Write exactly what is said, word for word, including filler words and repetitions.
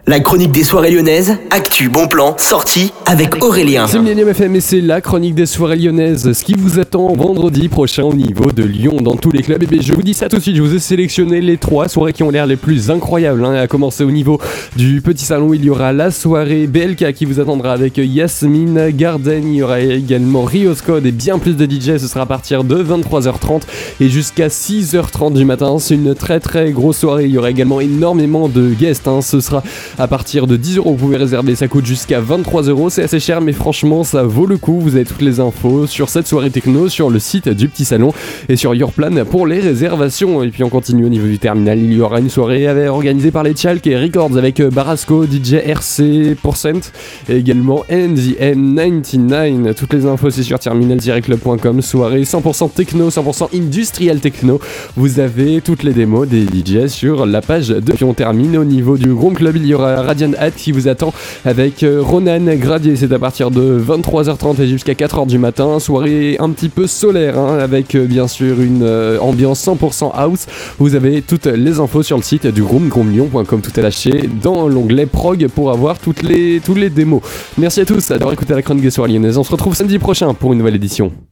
La chronique des soirées lyonnaises, actu, bon plan, sortie avec Aurélien. C'est Millennium F M et c'est la chronique des soirées lyonnaises. Ce qui vous attend vendredi prochain au niveau de Lyon dans tous les clubs. Et bien je vous dis ça tout de suite, je vous ai sélectionné les trois soirées qui ont l'air les plus incroyables. Hein. À commencer au niveau du petit salon, il y aura la soirée B L K qui vous attendra avec Yasmine Garden. Il y aura également Rios Code et bien plus de D J. Ce sera à partir de vingt-trois heures trente et jusqu'à six heures trente du matin. C'est une très très grosse soirée. Il y aura également énormément de guests. Hein. Ce sera à partir de dix euros, vous pouvez réserver, ça coûte jusqu'à vingt-trois euros, c'est assez cher mais franchement ça vaut le coup. Vous avez toutes les infos sur cette soirée techno sur le site du petit salon et sur Yourplan pour les réservations. Et puis on continue au niveau du terminal, il y aura une soirée organisée par les Chalk et Records avec Barasco, D J R C Percent et également N D M quatre-vingt-dix-neuf. Toutes les infos c'est sur terminal tiret club point com. Soirée cent pour cent techno, cent pour cent industrial techno. Vous avez toutes les démos des D J sur la page de. Puis on termine au niveau du Groom Club, il y aura Radiant Hat qui vous attend avec Ronan Gradier. C'est à partir de vingt-trois heures trente et jusqu'à quatre heures du matin. Soirée un petit peu solaire hein, avec bien sûr une euh, ambiance cent pour cent house. Vous avez toutes les infos sur le site du Groom, groom lyon point com, tout est lâché dans l'onglet prog pour avoir toutes les, tous les démos. Merci à tous d'avoir écouté la chronique des soirées lyonnaises. On se retrouve samedi prochain pour une nouvelle édition.